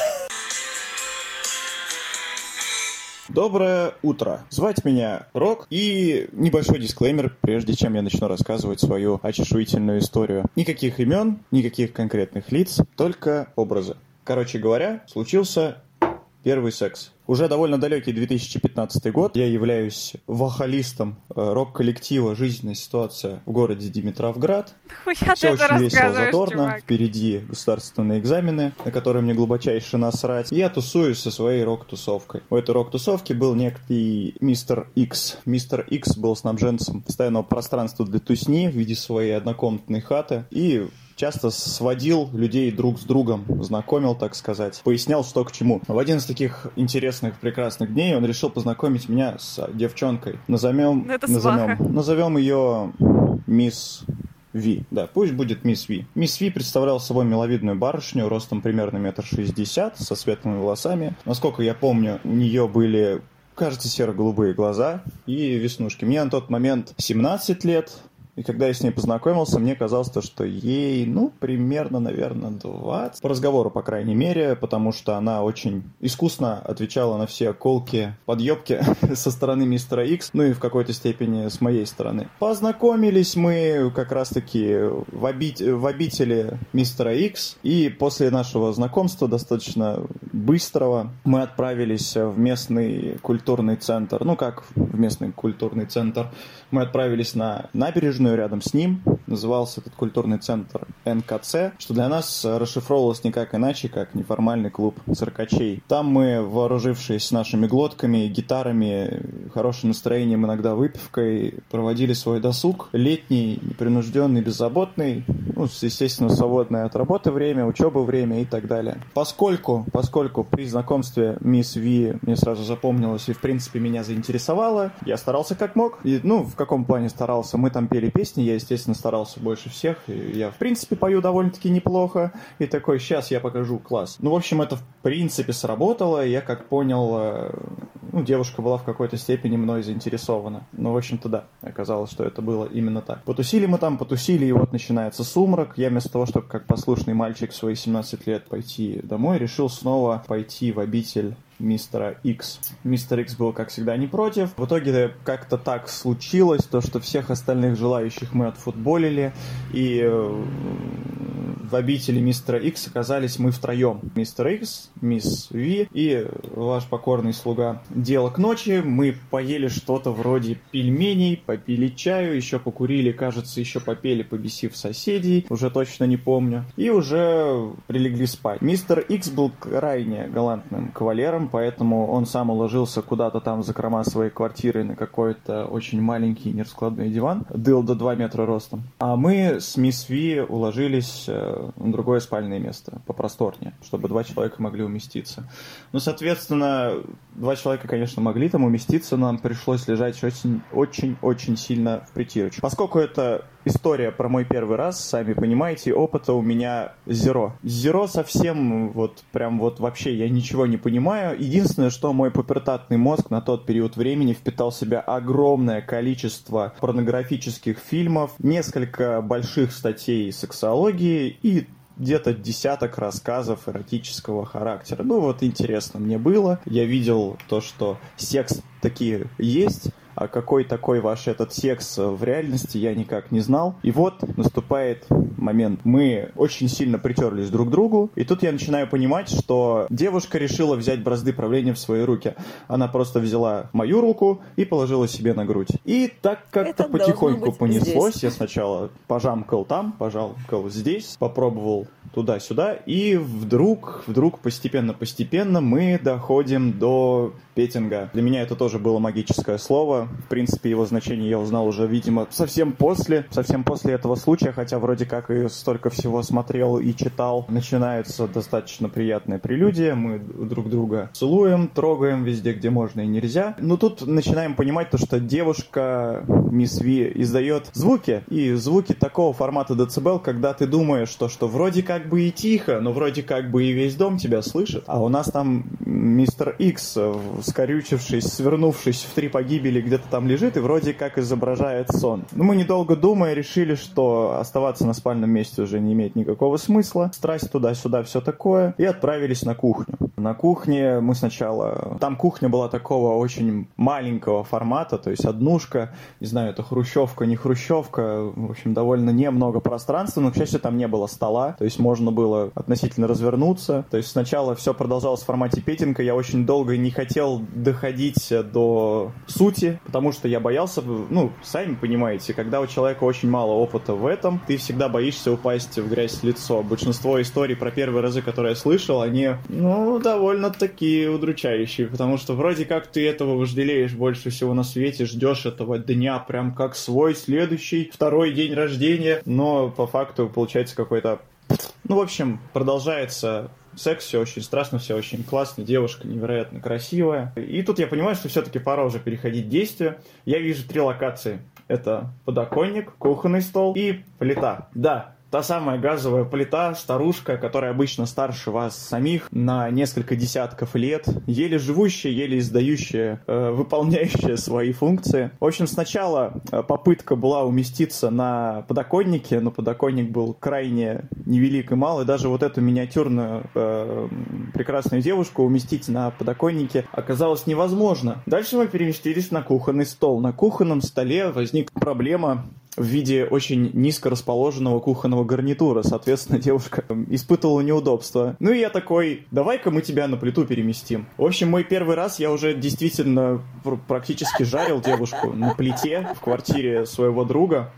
Доброе утро. Звать меня Рок. И небольшой дисклеймер, прежде чем я начну рассказывать свою очешуительную историю. Никаких имен, никаких конкретных лиц, только образы. Короче говоря, случился Первый секс. Уже довольно далекий 2015 год. Я являюсь вокалистом рок-коллектива «Жизненная ситуация» в городе Димитровград. Хуя Все ты это очень весело, рассказываешь, задорно. чувак. Впереди государственные экзамены, на которые мне глубочайше насрать. И я тусуюсь со своей рок-тусовкой. У этой рок-тусовки был некий Мистер Икс. Мистер Икс был снабженцем постоянного пространства для тусни в виде своей однокомнатной хаты. И часто сводил людей друг с другом, знакомил, так сказать, пояснял, что к чему. В один из таких интересных, прекрасных дней он решил познакомить меня с девчонкой. Назовем ее Мисс Ви. Да, пусть будет Мисс Ви. Мисс Ви представляла собой миловидную барышню, ростом примерно 1,60 м, со светлыми волосами. Насколько я помню, у нее были, кажется, серо-голубые глаза и веснушки. Мне на тот момент 17 лет. И когда я с ней познакомился, мне казалось, что ей, примерно, наверное, 20. По разговору, по крайней мере, потому что она очень искусно отвечала на все колки, подъебки со стороны мистера Икс, и в какой-то степени с моей стороны. Познакомились мы как раз-таки в обители мистера Икс, и после нашего знакомства, достаточно быстрого, мы отправились в местный культурный центр. Как в местный культурный центр? Мы отправились на набережную рядом с ним. Назывался этот культурный центр НКЦ, что для нас расшифровывалось никак иначе, как неформальный клуб циркачей. Там мы, вооружившись нашими глотками, гитарами, хорошим настроением, иногда выпивкой, проводили свой досуг. Летний, непринужденный, беззаботный, естественно, свободное от работы время, учебы время и так далее. Поскольку при знакомстве мисс Ви мне сразу запомнилось и, в принципе, меня заинтересовало, я старался как мог. И, в каком плане старался? Мы там пели песни, я, естественно, старался больше всех. И я, в принципе, пою довольно-таки неплохо. И такой, сейчас я покажу класс. В общем, это, в принципе, сработало. Я, как понял, девушка была в какой-то степени мной заинтересована. В общем-то, да. Оказалось, что это было именно так. Потусили мы там, и вот начинается сумрак. Я вместо того, чтобы как послушный мальчик в свои 17 лет пойти домой, решил снова пойти в обитель мистера Икс. Мистер Икс был, как всегда, не против. В итоге как-то так случилось, что всех остальных желающих мы отфутболили, и в обители мистера Икс оказались мы втроем. Мистер Икс, мисс Ви и ваш покорный слуга. Дело к ночи, мы поели что-то вроде пельменей, попили чаю, еще покурили, кажется, еще попели, побесив соседей, уже точно не помню, и уже прилегли спать. Мистер Икс был крайне галантным кавалером, поэтому он сам уложился куда-то там в закрома своей квартиры на какой-то очень маленький нераскладной диван, дылда 2 метра ростом. А мы с мисс Ви уложились в другое спальное место, попросторнее, чтобы 2 человека могли уместиться. Соответственно, 2 человека, конечно, могли там уместиться, но нам пришлось лежать очень-очень сильно в притирочку. Поскольку это история про мой первый раз, сами понимаете, опыта у меня зеро. Зеро совсем, вообще я ничего не понимаю. Единственное, что мой пубертатный мозг на тот период времени впитал в себя огромное количество порнографических фильмов, несколько больших статей сексологии и где-то десяток рассказов эротического характера. Интересно мне было. Я видел то, что секс такие есть, а какой такой ваш этот секс в реальности, я никак не знал. И вот наступает момент. Мы очень сильно притерлись друг к другу, и тут я начинаю понимать, что девушка решила взять бразды правления в свои руки. Она просто взяла мою руку и положила себе на грудь. И так как-то потихоньку понеслось. Здесь. Я сначала пожамкал там, пожамкал здесь, попробовал туда-сюда, и вдруг постепенно мы доходим до петинга. Для меня это тоже было магическое слово. В принципе, его значение я узнал уже, видимо, совсем после этого случая, хотя вроде как и столько всего смотрел и читал. Начинается достаточно приятная прелюдия, мы друг друга целуем, трогаем везде, где можно и нельзя. Но тут начинаем понимать то, что девушка, мисс Ви, издает звуки, и звуки такого формата децибел, когда ты думаешь, что вроде как бы и тихо, но вроде как бы и весь дом тебя слышит. А у нас там мистер Икс, скорючившись, свернувшись в 3 погибели, где-то там лежит и вроде как изображает сон. Мы, недолго думая, решили, что оставаться на спальном месте уже не имеет никакого смысла. Страсть туда-сюда, все такое. И отправились на кухню. На кухне мы сначала... Там кухня была такого очень маленького формата, то есть однушка, не знаю, это хрущевка, не хрущевка, в общем, довольно немного пространства, но, к счастью, там не было стола, то есть можно было относительно развернуться. То есть сначала все продолжалось в формате петинга, я очень долго не хотел доходить до сути, потому что я боялся, ну, сами понимаете, когда у человека очень мало опыта в этом, ты всегда боишься упасть в грязь лицо. Большинство историй про первые разы, которые я слышал, они, ну, довольно такие удручающие, потому что вроде как ты этого вожделеешь больше всего на свете, ждешь этого дня прям как свой следующий, второй день рождения, но по факту получается какой-то... Ну, в общем, продолжается секс, все очень страшно, все очень классно, девушка невероятно красивая. И тут я понимаю, что все-таки пора уже переходить к действию. Я вижу 3 локации. Это подоконник, кухонный стол и плита. Да, та самая газовая плита, старушка, которая обычно старше вас самих на несколько десятков лет, еле живущая, еле издающая, выполняющая свои функции. В общем, сначала попытка была уместиться на подоконнике, но подоконник был крайне невелик и мал, и даже вот эту миниатюрную прекрасную девушку уместить на подоконнике оказалось невозможно. Дальше мы переместились на кухонный стол. На кухонном столе возникла проблема в виде очень низко расположенного кухонного гарнитура. Соответственно, девушка испытывала неудобства. Ну и я такой, давай-ка мы тебя на плиту переместим. В общем, мой первый раз я уже действительно практически жарил девушку на плите в квартире своего друга.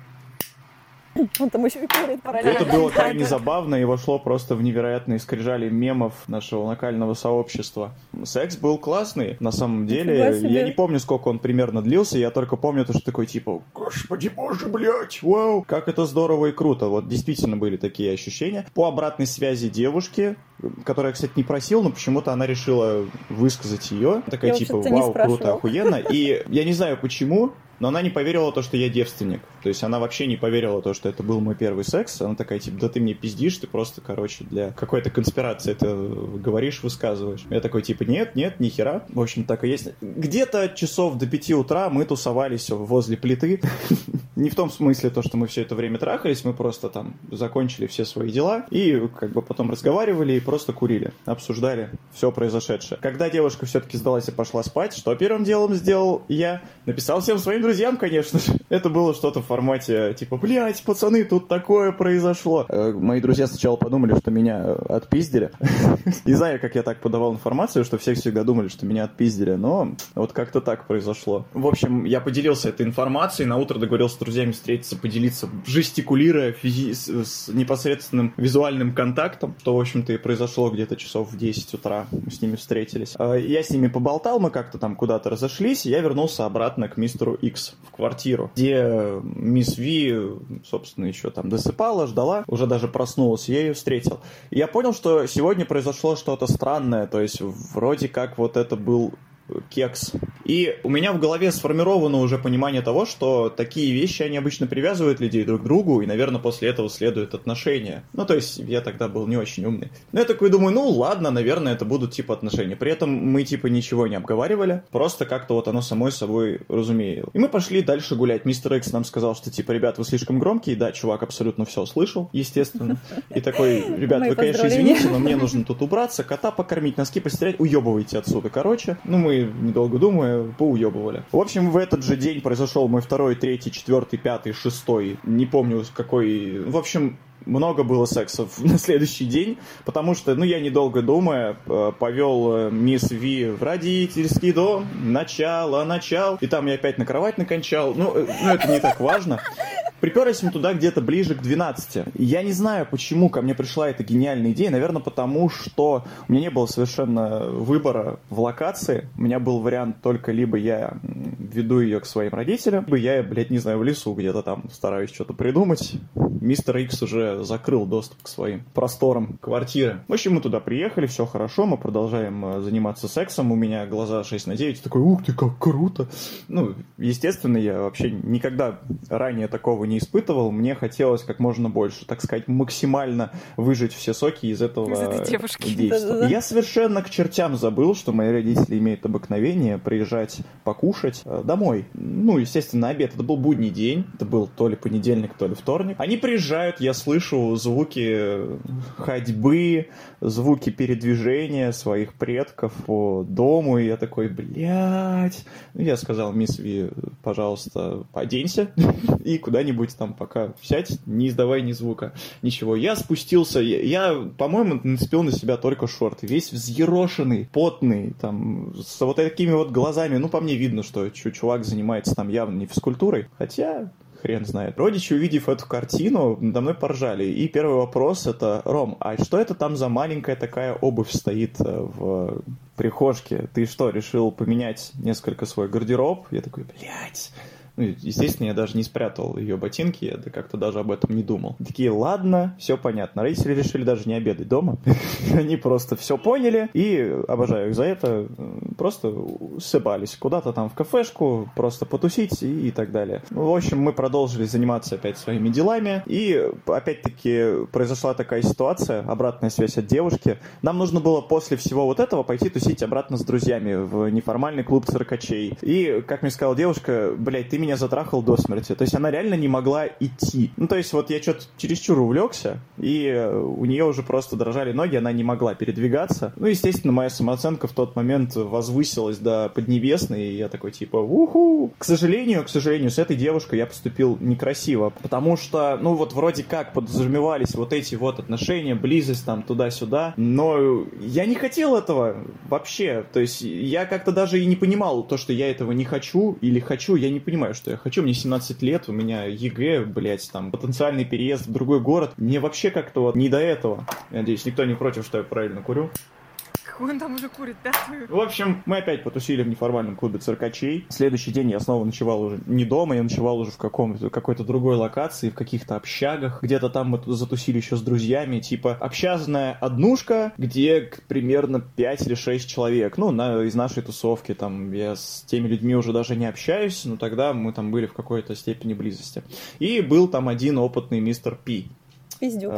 Он там еще и курит параллельно. Это было крайне забавно и вошло просто в невероятные скрижали мемов нашего локального сообщества. Секс был классный, на самом деле. Я не помню, сколько он примерно длился, я только помню то, что такой типа, господи боже, блядь, вау, как это здорово и круто. Вот действительно были такие ощущения. По обратной связи девушки, которую я, кстати, не просил, но почему-то она решила высказать ее. Такая типа, вау, круто, охуенно. И я не знаю почему, но она не поверила в то, что я девственник. То есть она вообще не поверила в то, что это был мой первый секс. Она такая, типа, да ты мне пиздишь, ты просто, короче, для какой-то конспирации это говоришь, высказываешь. Я такой, типа, нет, ни хера. В общем, так и есть. Где-то часов до 5 утра мы тусовались возле плиты. Не в том смысле то, что мы все это время трахались, мы просто там закончили все свои дела и как бы потом разговаривали и просто курили, обсуждали все произошедшее. Когда девушка все-таки сдалась и пошла спать, что первым делом сделал я? Написал всем своим друзьям, конечно же. Это было что-то в формате, типа, блядь, пацаны, тут такое произошло. Мои друзья сначала подумали, что меня отпиздили. Не знаю, как я так подавал информацию, что все всегда думали, что меня отпиздили, но вот как-то так произошло. В общем, я поделился этой информацией, на утро договорился с друзьями встретиться, поделиться, жестикулируя с непосредственным визуальным контактом, что, в общем-то, и произошло где-то часов в 10 утра. Мы с ними встретились. Я с ними поболтал, мы как-то там куда-то разошлись, и я вернулся обратно к мистеру Икс в квартиру, где мисс Ви, собственно, еще там досыпала, ждала, уже даже проснулась, я ее встретил. И я понял, что сегодня произошло что-то странное, то есть вроде как вот это был кекс. И у меня в голове сформировано уже понимание того, что такие вещи, они обычно привязывают людей друг к другу, и, наверное, после этого следуют отношения. Ну, то есть, я тогда был не очень умный. Но я такой думаю, ну, ладно, наверное, это будут, типа, отношения. При этом мы, типа, ничего не обговаривали, просто как-то вот оно самой собой разумеет. И мы пошли дальше гулять. Мистер Икс нам сказал, что, типа, ребят, вы слишком громкие. Да, чувак абсолютно все слышал, естественно. И такой, ребят, вы, конечно, извините, но мне нужно тут убраться, кота покормить, носки постирать, уебывайте отсюда. Короче, ну, мы, недолго думая, поуебывали. В общем, в этот же день произошел мой 2-й, 3-й, 4-й, 5-й, 6-й, не помню какой... В общем, много было сексов на следующий день, потому что, ну, я, недолго думая, повел мисс Ви в родительский дом, начал, и там я опять на кровать накончал. Ну, это не так важно. Приперлись мы туда где-то ближе к 12. Я не знаю, почему ко мне пришла эта гениальная идея. Наверное, потому что у меня не было совершенно выбора в локации. У меня был вариант только либо я веду ее к своим родителям, либо я, блядь, не знаю, в лесу где-то там стараюсь что-то придумать. Мистер Икс уже закрыл доступ к своим просторам квартиры. В общем, мы туда приехали, все хорошо, мы продолжаем заниматься сексом. У меня глаза 6/9. Такой, ух ты, как круто. Ну, естественно, я вообще никогда ранее такого не не испытывал, мне хотелось как можно больше, так сказать, максимально выжать все соки из этого этой девушки. действия. Я совершенно к чертям забыл, что мои родители имеют обыкновение приезжать покушать домой. Ну, естественно, на обед. Это был будний день, это был то ли понедельник, то ли вторник. Они приезжают, я слышу звуки ходьбы, звуки передвижения своих предков по дому, и я такой, блядь. Я сказал, мисс Ви, пожалуйста, оденься и куда-нибудь там пока сядь, не издавай ни звука, ничего. Я спустился, я, по-моему, нацепил на себя только шорты, весь взъерошенный, потный, там, с вот такими вот глазами. Ну, по мне видно, что чувак занимается там явно не физкультурой, хотя... Хрен знает. Родичи, увидев эту картину, надо мной поржали. И первый вопрос это: Ром, а что это там за маленькая такая обувь стоит в прихожке? Ты что, решил поменять несколько свой гардероб? Я такой, блядь. Ну, естественно, я даже не спрятал ее ботинки, я как-то даже об этом не думал. Такие, ладно, все понятно. Родители решили даже не обедать дома. Они просто все поняли и, обожаю их за это, просто сыбались куда-то там в кафешку, просто потусить и так далее. Ну, в общем, мы продолжили заниматься опять своими делами, и опять-таки произошла такая ситуация, обратная связь от девушки. Нам нужно было после всего вот этого пойти тусить обратно с друзьями в неформальный клуб циркачей. И, как мне сказала девушка, блядь, ты меня затрахал до смерти. То есть она реально не могла идти. Ну, то есть вот я что-то чересчур увлекся, и у нее уже просто дрожали ноги, она не могла передвигаться. Ну, естественно, моя самооценка в тот момент возвысилась до поднебесной, и я такой типа, уху! К сожалению, с этой девушкой я поступил некрасиво, потому что, ну, вот вроде как подразумевались вот эти вот отношения, близость там туда-сюда, но я не хотел этого вообще. То есть я как-то даже и не понимал то, что я этого не хочу или хочу, я не понимаю, что я хочу. Мне 17 лет, у меня ЕГЭ, блять, там, потенциальный переезд в другой город. Мне вообще как-то вот не до этого. Я надеюсь, никто не против, что я правильно курю. Он там уже курит пятую. В общем, мы опять потусили в неформальном клубе циркачей. Следующий день я снова ночевал уже не дома, я ночевал уже в какой-то другой локации, в каких-то общагах. Где-то там мы затусили еще с друзьями, типа общажная однушка, где примерно 5 или 6 человек. Ну, из нашей тусовки, там, я с теми людьми уже даже не общаюсь, но тогда мы там были в какой-то степени близости. И был там один опытный мистер Пи. Пиздюк.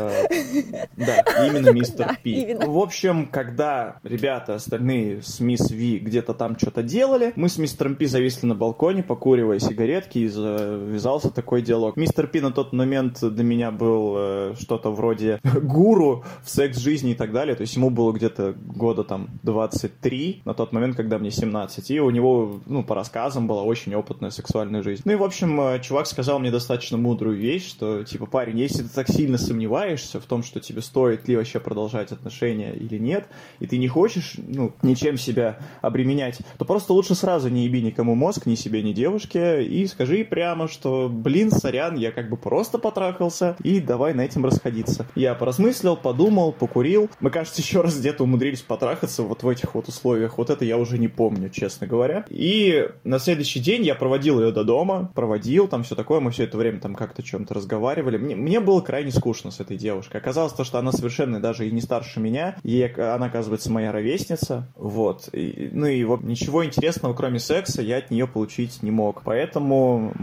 Да, именно мистер Пи. Именно. В общем, когда ребята остальные с мисс Ви где-то там что-то делали, мы с мистером Пи зависли на балконе, покуривая сигаретки, и завязался такой диалог. Мистер Пи на тот момент для меня был что-то вроде гуру в секс-жизни и так далее, то есть ему было где-то года там 23 на тот момент, когда мне 17, и у него, ну, по рассказам была очень опытная сексуальная жизнь. Ну и, в общем, чувак сказал мне достаточно мудрую вещь, что, типа, парень, если ты так сильно сомневаешься в том, что тебе стоит ли вообще продолжать отношения или нет, и ты не хочешь, ну, ничем себя обременять, то просто лучше сразу не еби никому мозг, ни себе, ни девушке, и скажи прямо, что, блин, сорян, я как бы просто потрахался, и давай на этом расходиться. Я поразмыслил, подумал, покурил. Мы, кажется, еще раз где-то умудрились потрахаться вот в этих вот условиях. Вот это я уже не помню, честно говоря. И на следующий день я проводил ее до дома, там все такое, мы все это время там как-то о чем-то разговаривали. Мне было крайне скучно с этой девушкой. Оказалось то, что она совершенно даже и не старше меня, и она, оказывается, моя ровесница, вот. Ну и вот ничего интересного, кроме секса, я от нее получить не мог. Поэтому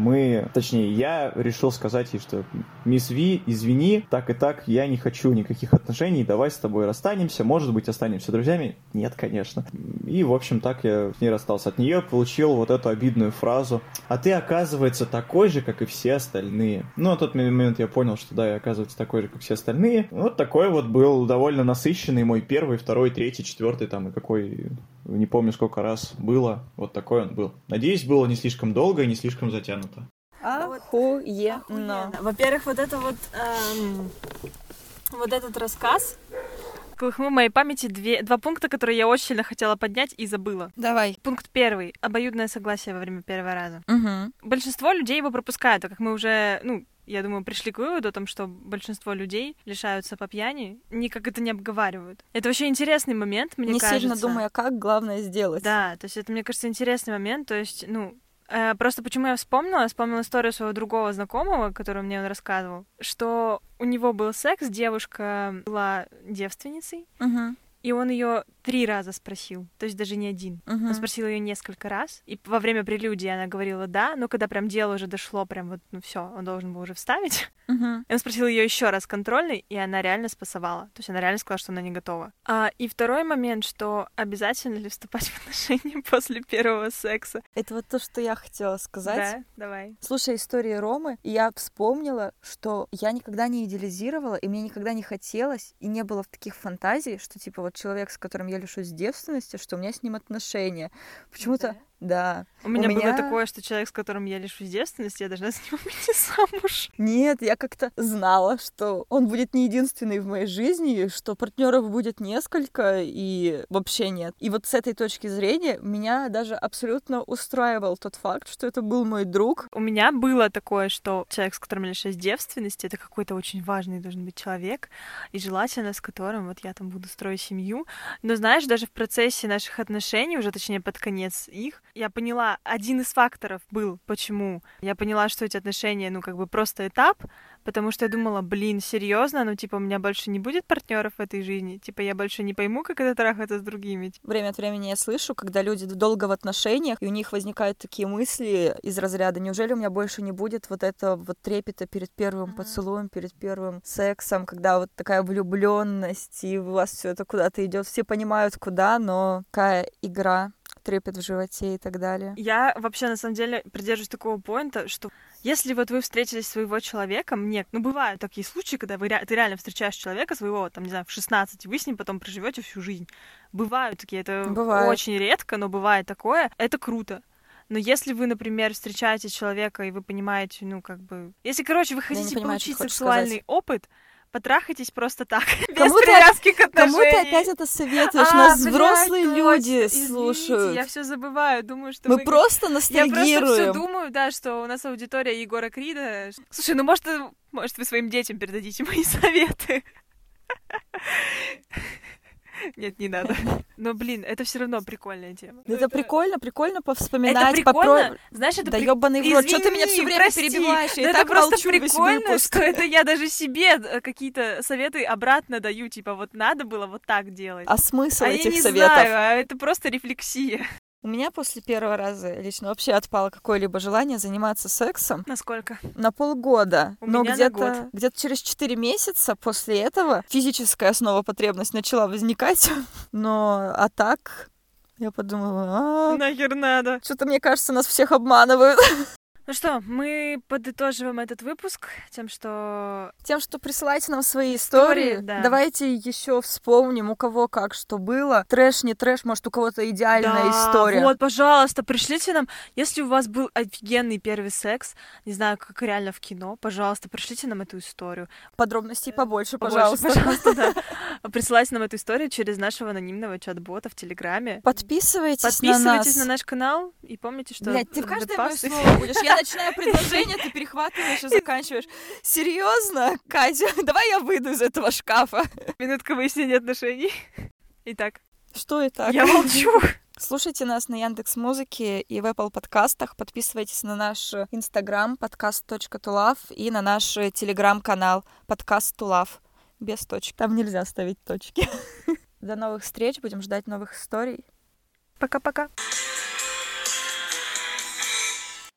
я решил сказать ей, что мисс Ви, извини, так и так, я не хочу никаких отношений, давай с тобой расстанемся, может быть, останемся друзьями? Нет, конечно. И, в общем, так я с ней расстался. От нее получил вот эту обидную фразу: а ты, оказывается, такой же, как и все остальные. Ну, на тот момент я понял, что да, я, оказывается, такой же, как все остальные. Вот такой вот был довольно насыщенный мой первый, второй, третий, четвертый, там, и какой, не помню, сколько раз было. Вот такой он был. Надеюсь, было не слишком долго и не слишком затянуто. Охуенно. Во-первых, вот это вот этот рассказ колыхнул в моей памяти два пункта, которые я очень сильно хотела поднять и забыла. Давай. Пункт первый. Обоюдное согласие во время первого раза. Угу. Большинство людей его пропускают, так как мы уже, я думаю, пришли к выводу о том, что большинство людей лишаются по пьяни, никак это не обговаривают. Это вообще интересный момент, мне кажется. Не сильно думая, как, главное сделать. Да, то есть это, мне кажется, интересный момент, то есть, просто почему я вспомнила историю своего другого знакомого, которую мне он рассказывал, что у него был секс, девушка была девственницей, угу. и он ее 3 раза спросил, то есть даже не один. Он спросил ее несколько раз, и во время прелюдии она говорила «да», но когда прям дело уже дошло, прям вот, ну все, он должен был уже вставить, и он спросил ее еще раз контрольный, и она реально спасовала. То есть она реально сказала, что она не готова. И второй момент, что обязательно ли вступать в отношения после первого секса? Это вот то, что я хотела сказать. Да, давай. Слушая истории Ромы, я вспомнила, что я никогда не идеализировала, и мне никогда не хотелось, и не было таких фантазий, что, типа, вот человек, с которым я лишусь девственности, что у меня с ним отношения. Почему-то... Да. У меня было такое, что человек, с которым я лишусь девственности, я должна с ним выйти замуж. Нет, я как-то знала, что он будет не единственный в моей жизни, что партнеров будет несколько, и вообще нет. И вот с этой точки зрения меня даже абсолютно устраивал тот факт, что это был мой друг. У меня было такое, что человек, с которым я лишусь девственности, это какой-то очень важный должен быть человек, и желательно с которым вот я там буду строить семью. Но знаешь, даже в процессе наших отношений, уже точнее под конец их, я поняла, один из факторов был, почему. Я поняла, что эти отношения, ну, как бы просто этап, потому что я думала, блин, серьезно, ну, типа, у меня больше не будет партнеров в этой жизни, типа, я больше не пойму, как это трахаться с другими. Время от времени я слышу, когда люди долго в отношениях, и у них возникают такие мысли из разряда, неужели у меня больше не будет вот этого вот трепета перед первым поцелуем, перед первым сексом, когда вот такая влюбленность, и у вас все это куда-то идет, все понимают, куда, но какая игра, трепет в животе и так далее. Я вообще, на самом деле, придерживаюсь такого поинта, что если вот вы встретились своего человека, бывают такие случаи, когда ты реально встречаешь человека своего, там, не знаю, в 16, и вы с ним потом проживете всю жизнь. Бывают такие, это очень редко, но бывает такое. Это круто. Но если вы, например, встречаете человека, и вы понимаете, ну, как бы... Если, короче, вы хотите получить сексуальный опыт, потрахайтесь просто так, без привязки к отношениям. Кому ты опять это советуешь? Нас взрослые люди слушают. Я все забываю, думаю, что мы просто ностальгируем. Я просто все думаю, да, что у нас аудитория Егора Крида. Слушай, ну может вы своим детям передадите мои советы? Нет, не надо. Но, блин, это все равно прикольная тема. Это прикольно повспоминать. Это прикольно, знаешь, это да ёбаный в рот, что ты меня все время перебиваешь? Я так молчу весь выпуск. Что это я даже себе какие-то советы обратно даю, типа вот надо было вот так делать. А смысл этих советов? Я не знаю, это просто рефлексия. У меня после первого раза лично вообще отпало какое-либо желание заниматься сексом. Насколько? На полгода. Но где-то через 4 месяца после этого физическая снова потребность начала возникать. А так я подумала, нахер надо. Что-то, мне кажется, нас всех обманывают. Ну что, мы подытоживаем этот выпуск тем, что присылайте нам свои истории. Да. Давайте еще вспомним, у кого как что было. Трэш, не трэш, может, у кого-то идеальная история. Вот, пожалуйста, пришлите нам, если у вас был офигенный первый секс, не знаю, как реально в кино, пожалуйста, пришлите нам эту историю. Подробностей побольше, пожалуйста. Да. Присылайте нам эту историю через нашего анонимного чат-бота в Телеграме. Подписывайтесь на наш канал и помните, что... Блядь, ты в каждое мое слово будешь. Я начинаю предложение, ты перехватываешь и заканчиваешь. Серьезно, Катя? Давай я выйду из этого шкафа. Минутка выяснения отношений. Итак. Что итак? Я молчу. Слушайте нас на Яндекс.Музыке и в Apple подкастах. Подписывайтесь на наш Инстаграм podcast.tulav и на наш Телеграм-канал podcast.tulav. Без точек. Там нельзя ставить точки. До новых встреч. Будем ждать новых историй. Пока-пока.